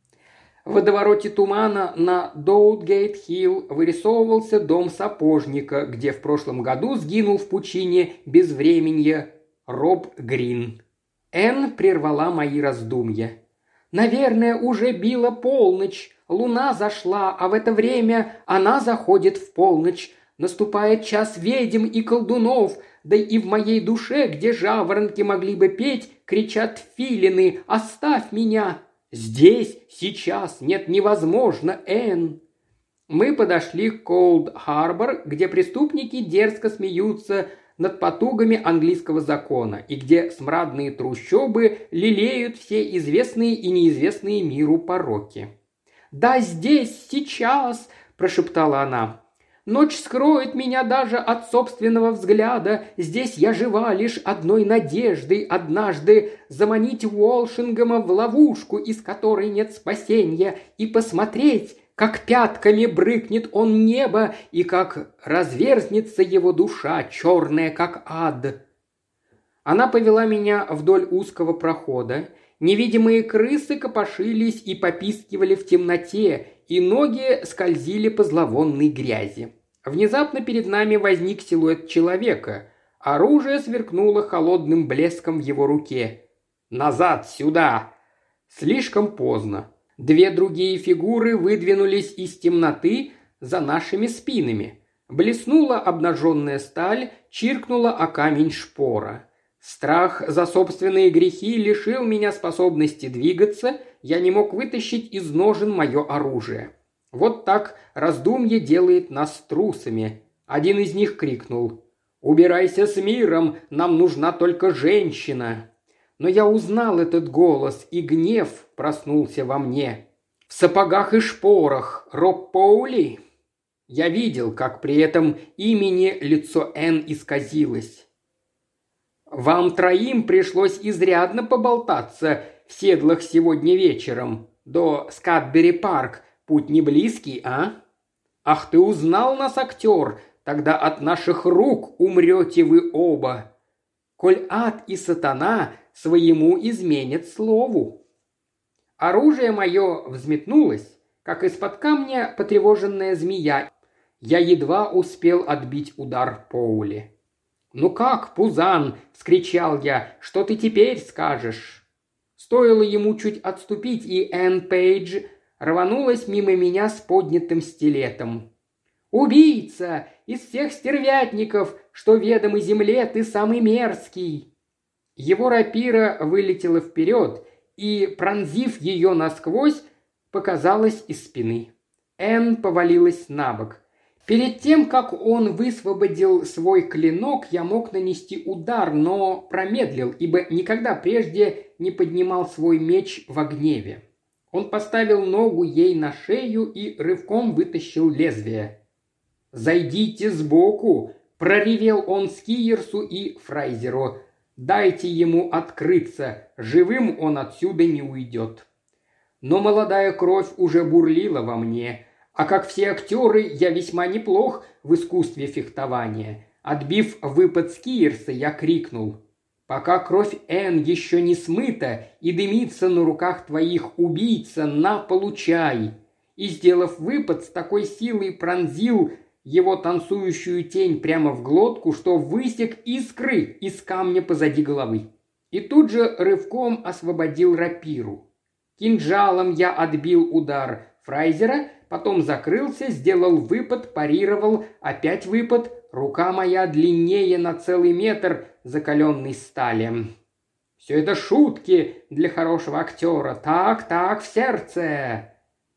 В водовороте тумана на Доутгейт-Хилл вырисовывался дом сапожника, где в прошлом году сгинул в пучине безвременья Роб Грин. Энн прервала мои раздумья. «Наверное, уже била полночь. Луна зашла, а в это время она заходит в полночь. Наступает час ведьм и колдунов, да и в моей душе, где жаворонки могли бы петь, кричат филины: «Оставь меня!» Здесь, сейчас, нет, невозможно, Энн!» Мы подошли к Колд-Харбор, где преступники дерзко смеются над потугами английского закона и где смрадные трущобы лелеют все известные и неизвестные миру пороки. «Да здесь, сейчас!» – прошептала она. «Ночь скроет меня даже от собственного взгляда. Здесь я жива лишь одной надеждой однажды заманить Уолшингема в ловушку, из которой нет спасения, и посмотреть, как пятками брыкнет он небо и как разверзнется его душа, черная, как ад». Она повела меня вдоль узкого прохода. Невидимые крысы копошились и попискивали в темноте, и ноги скользили по зловонной грязи. Внезапно перед нами возник силуэт человека. Оружие сверкнуло холодным блеском в его руке. «Назад, сюда!» Слишком поздно. Две другие фигуры выдвинулись из темноты за нашими спинами. Блеснула обнаженная сталь, чиркнула о камень шпора. Страх за собственные грехи лишил меня способности двигаться, я не мог вытащить из ножен мое оружие. Вот так раздумье делает нас трусами. Один из них крикнул: «Убирайся с миром, нам нужна только женщина». Но я узнал этот голос, и гнев проснулся во мне. В сапогах и шпорах Роб Поули. Я видел, как при этом имени лицо Энн исказилось. «Вам троим пришлось изрядно поболтаться в седлах сегодня вечером. До Скатбери-парк путь не близкий, а? Ах, ты узнал нас, актер? Тогда от наших рук умрете вы оба. Коль ад и сатана своему изменят слову». Оружие мое взметнулось, как из-под камня потревоженная змея. Я едва успел отбить удар Поули. «Ну как, Пузан?» – вскричал я. «Что ты теперь скажешь?» Стоило ему чуть отступить, и Энн Пейдж рванулась мимо меня с поднятым стилетом. «Убийца! Из всех стервятников, что ведомы земле, ты самый мерзкий!» Его рапира вылетела вперед и, пронзив ее насквозь, показалась из спины. Энн повалилась на бок. Перед тем, как он высвободил свой клинок, я мог нанести удар, но промедлил, ибо никогда прежде не поднимал свой меч во гневе. Он поставил ногу ей на шею и рывком вытащил лезвие. «Зайдите сбоку!» – проревел он Скиерсу и Фрайзеру. «Дайте ему открыться, живым он отсюда не уйдет». Но молодая кровь уже бурлила во мне, а как все актеры я весьма неплох в искусстве фехтования. Отбив выпад Скиерса, я крикнул: «Пока кровь Энн еще не смыта и дымится на руках твоих, убийца, на, получай!» И, сделав выпад, с такой силой пронзил его танцующую тень прямо в глотку, что высек искры из камня позади головы. И тут же рывком освободил рапиру. Кинжалом я отбил удар Фрайзера, потом закрылся, сделал выпад, парировал, опять выпад, рука моя длиннее на целый метр закаленной стали. Все это шутки для хорошего актера. Так, в сердце.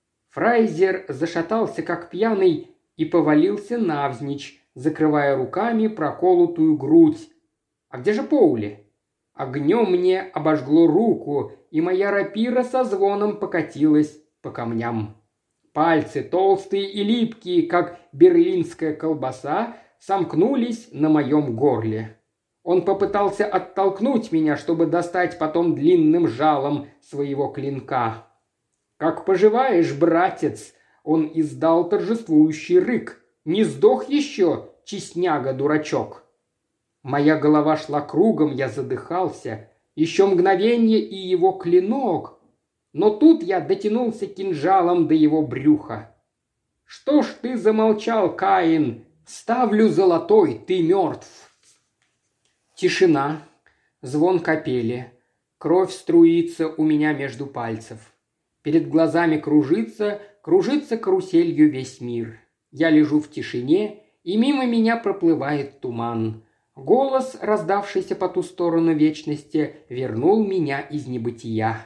Фрайзер зашатался, как пьяный, и повалился навзничь, закрывая руками проколотую грудь. А где же Поули? Огнем мне обожгло руку, и моя рапира со звоном покатилась по камням. Пальцы, толстые и липкие, как берлинская колбаса, сомкнулись на моем горле. Он попытался оттолкнуть меня, чтобы достать потом длинным жалом своего клинка. «Как поживаешь, братец?» Он издал торжествующий рык. «Не сдох еще, честняга-дурачок?» Моя голова шла кругом, я задыхался. Еще мгновение, и его клинок. Но тут я дотянулся кинжалом до его брюха. «Что ж ты замолчал, Каин? Ставлю золотой, ты мертв!» Тишина, звон капели. Кровь струится у меня между пальцев. Перед глазами кружится каруселью весь мир. Я лежу в тишине, и мимо меня проплывает туман. Голос, раздавшийся по ту сторону вечности, вернул меня из небытия.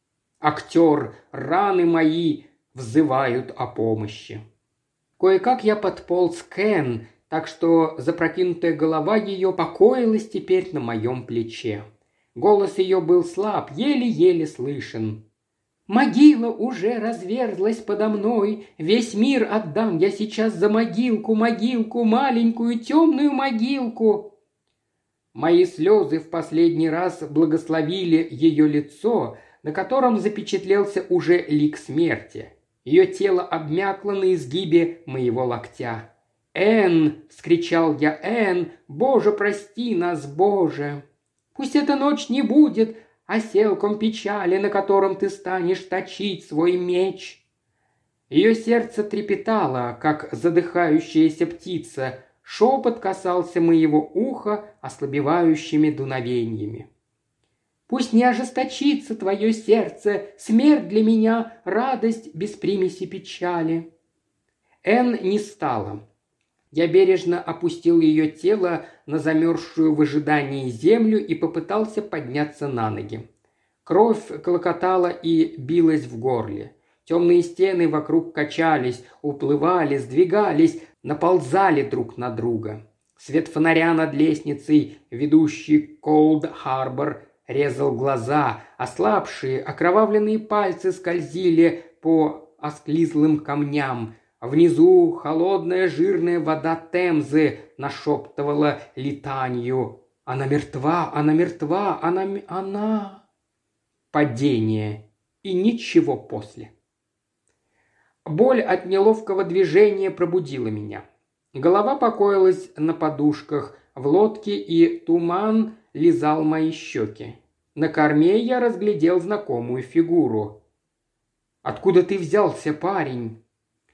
Актер, раны мои взывают о помощи. Кое-как я подполз к Энн, так что запрокинутая голова ее покоилась теперь на моем плече. Голос ее был слаб, еле-еле слышен. «Могила уже разверзлась подо мной, весь мир отдам я сейчас за могилку, могилку, маленькую темную могилку». Мои слезы в последний раз благословили ее лицо, на котором запечатлелся уже лик смерти. Ее тело обмякло на изгибе моего локтя. «Энн!» – вскричал я. «Энн! Боже, прости нас, Боже! Пусть эта ночь не будет оселком печали, на котором ты станешь точить свой меч». Ее сердце трепетало, как задыхающаяся птица. Шепот касался моего уха ослабевающими дуновениями. «Пусть не ожесточится твое сердце, смерть для меня – радость без примеси печали». Энн не стала. Я бережно опустил ее тело на замерзшую в ожидании землю и попытался подняться на ноги. Кровь клокотала и билась в горле. Темные стены вокруг качались, уплывали, сдвигались, наползали друг на друга. Свет фонаря над лестницей, ведущей к Колд-Харбор, резал глаза, ослабшие, окровавленные пальцы скользили по осклизлым камням. Внизу холодная жирная вода Темзы нашептывала летанью. «Она мертва, она мертва, она...» Падение. И ничего после. Боль от неловкого движения пробудила меня. Голова покоилась на подушках в лодке, и туман лизал мои щеки. На корме я разглядел знакомую фигуру. «Откуда ты взялся, парень?»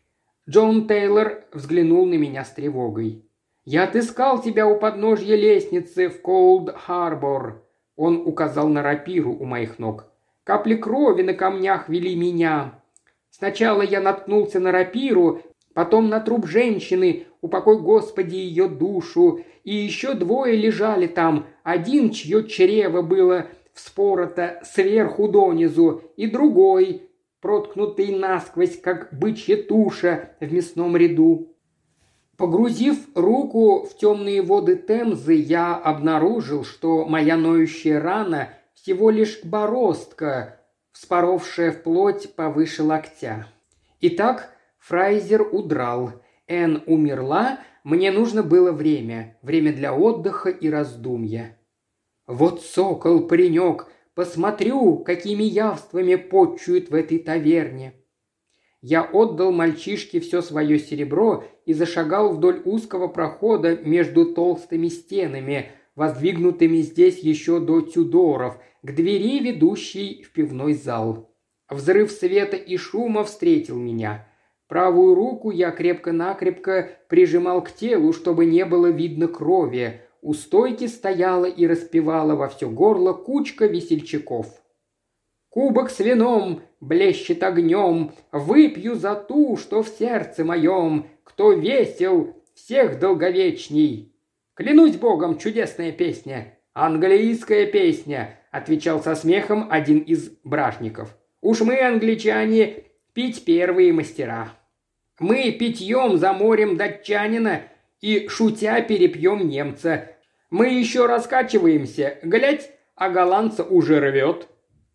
Джон Тейлор взглянул на меня с тревогой. «Я отыскал тебя у подножья лестницы в Колд-Харбор». Он указал на рапиру у моих ног. «Капли крови на камнях вели меня. Сначала я наткнулся на рапиру, потом на труп женщины, упокой Господи ее душу, и еще двое лежали там, один, чье чрево было вспорото сверху донизу, и другой, проткнутый насквозь, как бычья туша в мясном ряду». Погрузив руку в темные воды Темзы, я обнаружил, что моя ноющая рана всего лишь бороздка, вспоровшая вплоть повыше локтя. Итак, Фрайзер удрал, Энн умерла, мне нужно было время для отдыха и раздумья. Вот сокол, паренек, посмотрю, какими явствами почуют в этой таверне. Я отдал мальчишке все свое серебро и зашагал вдоль узкого прохода между толстыми стенами, воздвигнутыми здесь еще до Тюдоров, к двери, ведущей в пивной зал. Взрыв света и шума встретил меня. Правую руку я крепко-накрепко прижимал к телу, чтобы не было видно крови. У стойки стояла и распевала во все горло кучка весельчаков. «Кубок с вином блещет огнем, выпью за ту, что в сердце моем, кто весел, всех долговечней». «Клянусь богом, чудесная песня!» «Английская песня!» – отвечал со смехом один из бражников. «Уж мы, англичане, пить первые мастера. Мы питьем заморим датчанина и, шутя, перепьем немца. Мы еще раскачиваемся, глядь, а голландца уже рвет».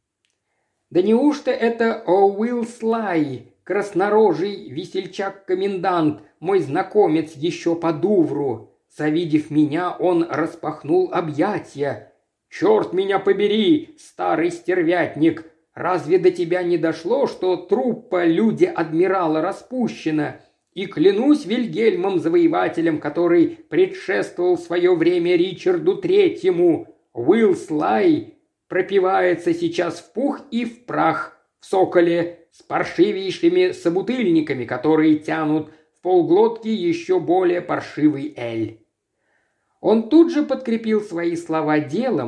Да неужто это Уилл Слай, краснорожий весельчак-комендант, мой знакомец еще по Дувру? Завидев меня, он распахнул объятия. «Черт меня побери, старый стервятник! Разве до тебя не дошло, что труппа люди адмирала распущена? И клянусь Вильгельмом Завоевателем, который предшествовал в свое время Ричарду Третьему, Уилл Слай пропивается сейчас в пух и в прах в Соколе с паршивейшими собутыльниками, которые тянут в полглотки еще более паршивый эль». Он тут же подкрепил свои слова делом,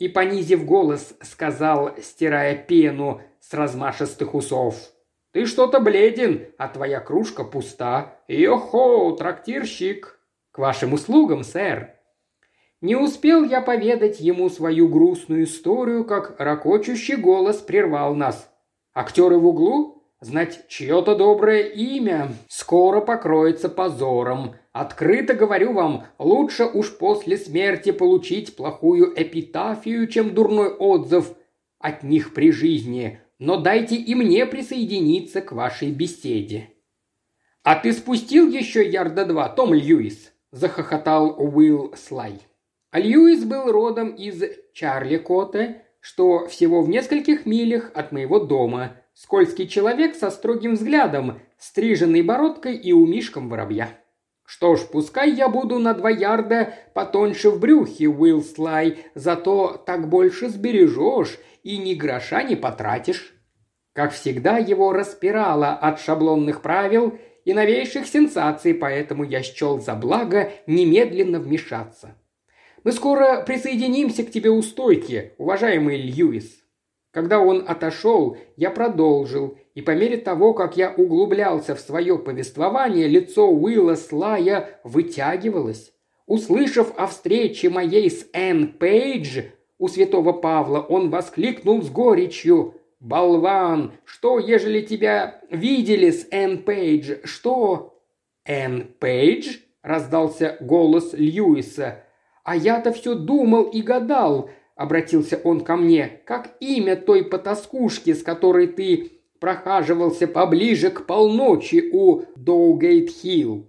и, понизив голос, сказал, стирая пену с размашистых усов: «Ты что-то бледен, а твоя кружка пуста. Йо-хо, трактирщик!» «К вашим услугам, сэр!» Не успел я поведать ему свою грустную историю, как ракочущий голос прервал нас. «Актеры в углу? Знать, чье-то доброе имя скоро покроется позором. Открыто говорю вам, лучше уж после смерти получить плохую эпитафию, чем дурной отзыв от них при жизни. Но дайте и мне присоединиться к вашей беседе». «А ты спустил еще ярда 2, Том Льюис?» – захохотал Уилл Слай. Льюис был родом из Чарликотта, что всего в нескольких милях от моего дома. Скользкий человек со строгим взглядом, стриженной бородкой и умишком воробья. «Что ж, пускай я буду на 2 ярда потоньше в брюхе, Уилл Слай, зато так больше сбережешь и ни гроша не потратишь». Как всегда, его распирало от шаблонных правил и новейших сенсаций, поэтому я счел за благо немедленно вмешаться. «Мы скоро присоединимся к тебе у стойки, уважаемый Льюис». Когда он отошел, я продолжил, и по мере того, как я углублялся в свое повествование, лицо Уилла Слая вытягивалось. Услышав о встрече моей с Энн Пейдж у святого Павла, он воскликнул с горечью: «Болван, что, ежели тебя видели с Энн Пейдж, что?» «Энн Пейдж?» – раздался голос Льюиса. «А я-то все думал и гадал», – обратился он ко мне, – «как имя той потаскушки, с которой ты прохаживался поближе к полночи у Доугейт-Хилл».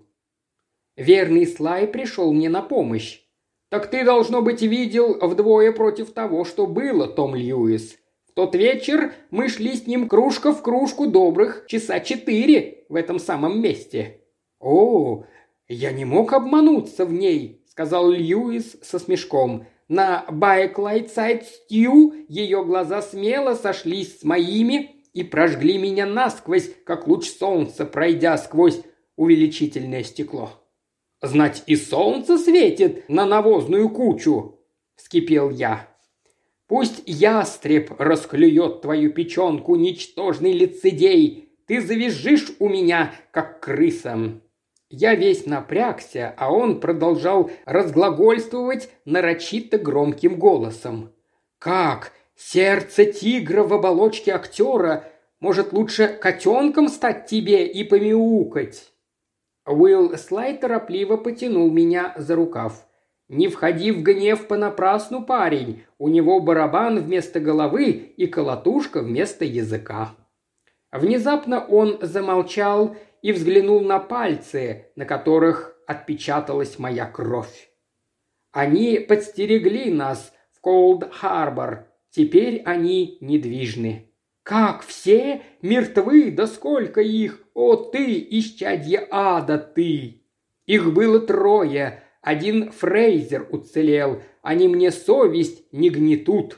Верный Слай пришел мне на помощь. «Так ты, должно быть, видел вдвое против того, что было, Том Льюис. В тот вечер мы шли с ним кружка в кружку добрых 4 часа в этом самом месте». «О, я не мог обмануться в ней», – сказал Льюис со смешком. «На Байклайт-Сайд-Стью ее глаза смело сошлись с моими и прожгли меня насквозь, как луч солнца, пройдя сквозь увеличительное стекло». «Знать, и солнце светит на навозную кучу!» – вскипел я. «Пусть ястреб расклюет твою печенку, ничтожный лицедей! Ты завизжишь у меня, как крыса!» Я весь напрягся, а он продолжал разглагольствовать нарочито громким голосом. «Как? Сердце тигра в оболочке актера может лучше котенком стать тебе и помяукать?» Уилл Слай торопливо потянул меня за рукав. «Не входи в гнев понапрасну, парень. У него барабан вместо головы и колотушка вместо языка». Внезапно он замолчал и взглянул на пальцы, на которых отпечаталась моя кровь. «Они подстерегли нас в Колд-Харбор. Теперь они недвижны». «Как, все мертвы? Да сколько их? О, ты, исчадье ада, ты!» «Их было 3, 1 Фрейзер уцелел. Они мне совесть не гнетут».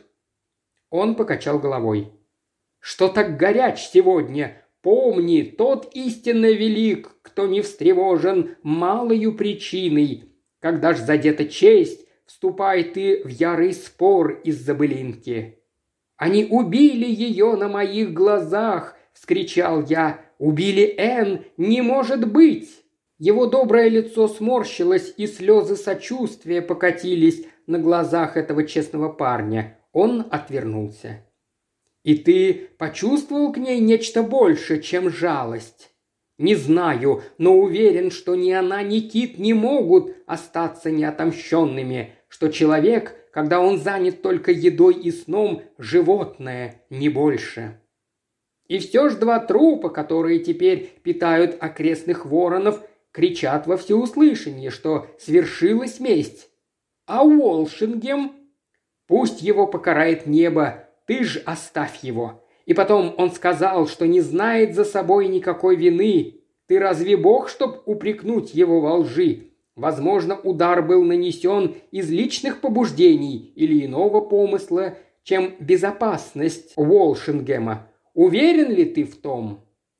Он покачал головой. «Что так горяч сегодня? Помни, тот истинно велик, кто не встревожен малою причиной. Когда ж задета честь, вступай ты в ярый спор из-за былинки». «Они убили ее на моих глазах!» – вскричал я. «Убили Энн! Не может быть!» Его доброе лицо сморщилось, и слезы сочувствия покатились на глазах этого честного парня. Он отвернулся. «И ты почувствовал к ней нечто больше, чем жалость?» «Не знаю, но уверен, что ни она, ни Кит не могут остаться неотомщенными, что человек, когда он занят только едой и сном, животное, не больше». И все ж 2 трупа, которые теперь питают окрестных воронов, кричат во всеуслышание, что свершилась месть. А Уолшингем? Пусть его покарает небо, ты ж оставь его. И потом он сказал, что не знает за собой никакой вины. Ты разве Бог, чтоб упрекнуть его во лжи? Возможно, удар был нанесен из личных побуждений или иного помысла, чем безопасность Уолшингема. Уверен ли ты в том?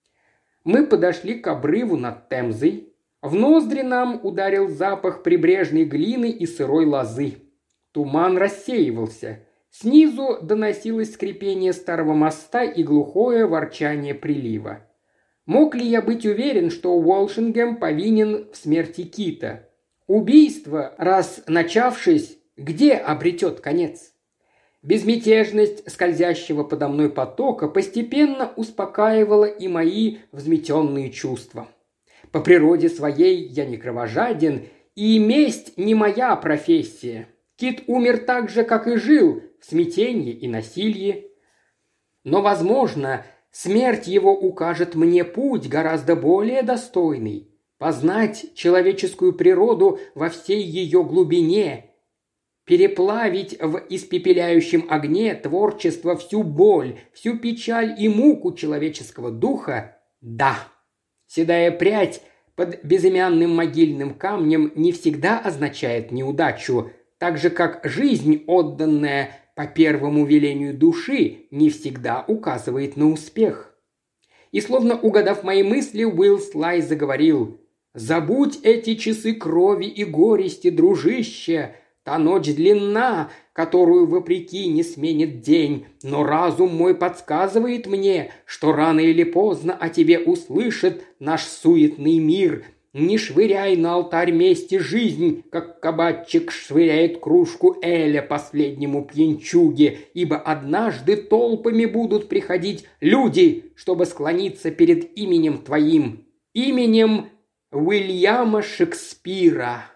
Мы подошли к обрыву над Темзой. В ноздри нам ударил запах прибрежной глины и сырой лозы. Туман рассеивался. Снизу доносилось скрипение старого моста и глухое ворчание прилива. Мог ли я быть уверен, что Уолшингем повинен в смерти Кита? Убийство, раз начавшись, где обретет конец? Безмятежность скользящего подо мной потока постепенно успокаивала и мои взметенные чувства. По природе своей я не кровожаден, и месть не моя профессия. Кит умер так же, как и жил, в смятении и насилии. Но, возможно, смерть его укажет мне путь гораздо более достойный. Познать человеческую природу во всей ее глубине, переплавить в испепеляющем огне творчества всю боль, всю печаль и муку человеческого духа – да. Седая прядь под безымянным могильным камнем не всегда означает неудачу, так же, как жизнь, отданная по первому велению души, не всегда указывает на успех. И словно угадав мои мысли, Уилл Слай заговорил: «Забудь эти часы крови и горести, дружище! Та ночь длинна, которую вопреки не сменит день, но разум мой подсказывает мне, что рано или поздно о тебе услышит наш суетный мир. Не швыряй на алтарь мести жизнь, как кабачик швыряет кружку эля последнему пьянчуге, ибо однажды толпами будут приходить люди, чтобы склониться перед именем твоим, именем Уильяма Шекспира».